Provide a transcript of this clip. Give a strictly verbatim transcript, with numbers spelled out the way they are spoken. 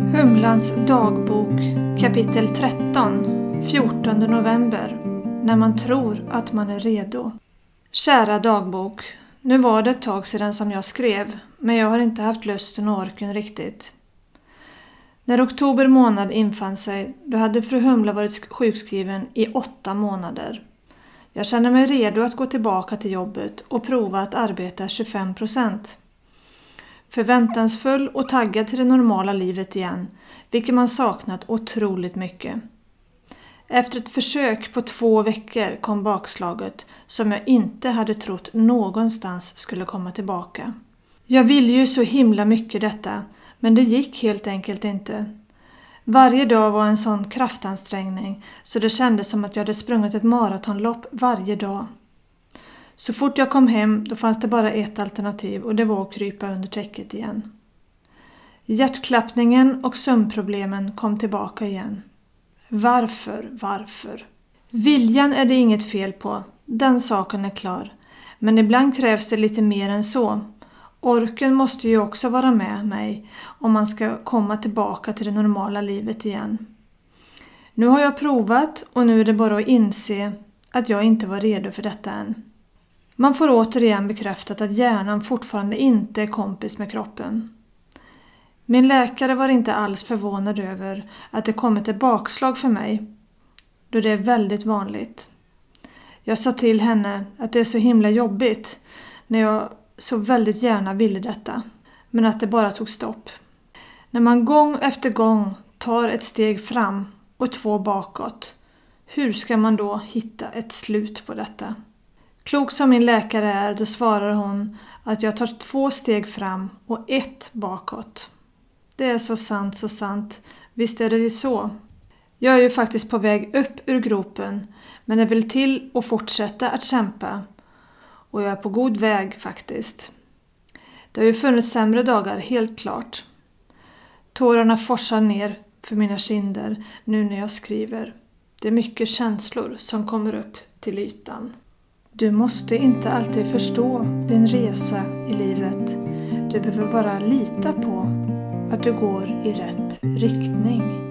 Humlans dagbok, kapitel tretton, fjortonde november, när man tror att man är redo. Kära dagbok, nu var det ett tag sedan som jag skrev, men jag har inte haft lusten och orken riktigt. När oktober månad infann sig, då hade fru Humla varit sjukskriven i åtta månader. Jag kände mig redo att gå tillbaka till jobbet och prova att arbeta tjugofem procent. Förväntansfull och taggad till det normala livet igen, vilket man saknat otroligt mycket. Efter ett försök på två veckor kom bakslaget som jag inte hade trott någonstans skulle komma tillbaka. Jag ville ju så himla mycket detta, men det gick helt enkelt inte. Varje dag var en sån kraftansträngning så det kändes som att jag hade sprungit ett maratonlopp varje dag. Så fort jag kom hem då fanns det bara ett alternativ och det var att krypa under täcket igen. Hjärtklappningen och sömnproblemen kom tillbaka igen. Varför, varför? Viljan är det inget fel på, den saken är klar. Men ibland krävs det lite mer än så. Orken måste ju också vara med mig om man ska komma tillbaka till det normala livet igen. Nu har jag provat och nu är det bara att inse att jag inte var redo för detta än. Man får återigen bekräftat att hjärnan fortfarande inte är kompis med kroppen. Min läkare var inte alls förvånad över att det kommit ett bakslag för mig, då det är väldigt vanligt. Jag sa till henne att det är så himla jobbigt när jag så väldigt gärna ville detta, men att det bara tog stopp. När man gång efter gång tar ett steg fram och två bakåt, hur ska man då hitta ett slut på detta? Klok som min läkare är, då svarar hon att jag tar två steg fram och ett bakåt. Det är så sant, så sant. Visst är det ju så. Jag är ju faktiskt på väg upp ur gropen, men det vill till att fortsätta att kämpa. Och jag är på god väg faktiskt. Det har ju funnits sämre dagar, helt klart. Tårarna forsar ner för mina kinder nu när jag skriver. Det är mycket känslor som kommer upp till ytan. Du måste inte alltid förstå din resa i livet. Du behöver bara lita på att du går i rätt riktning.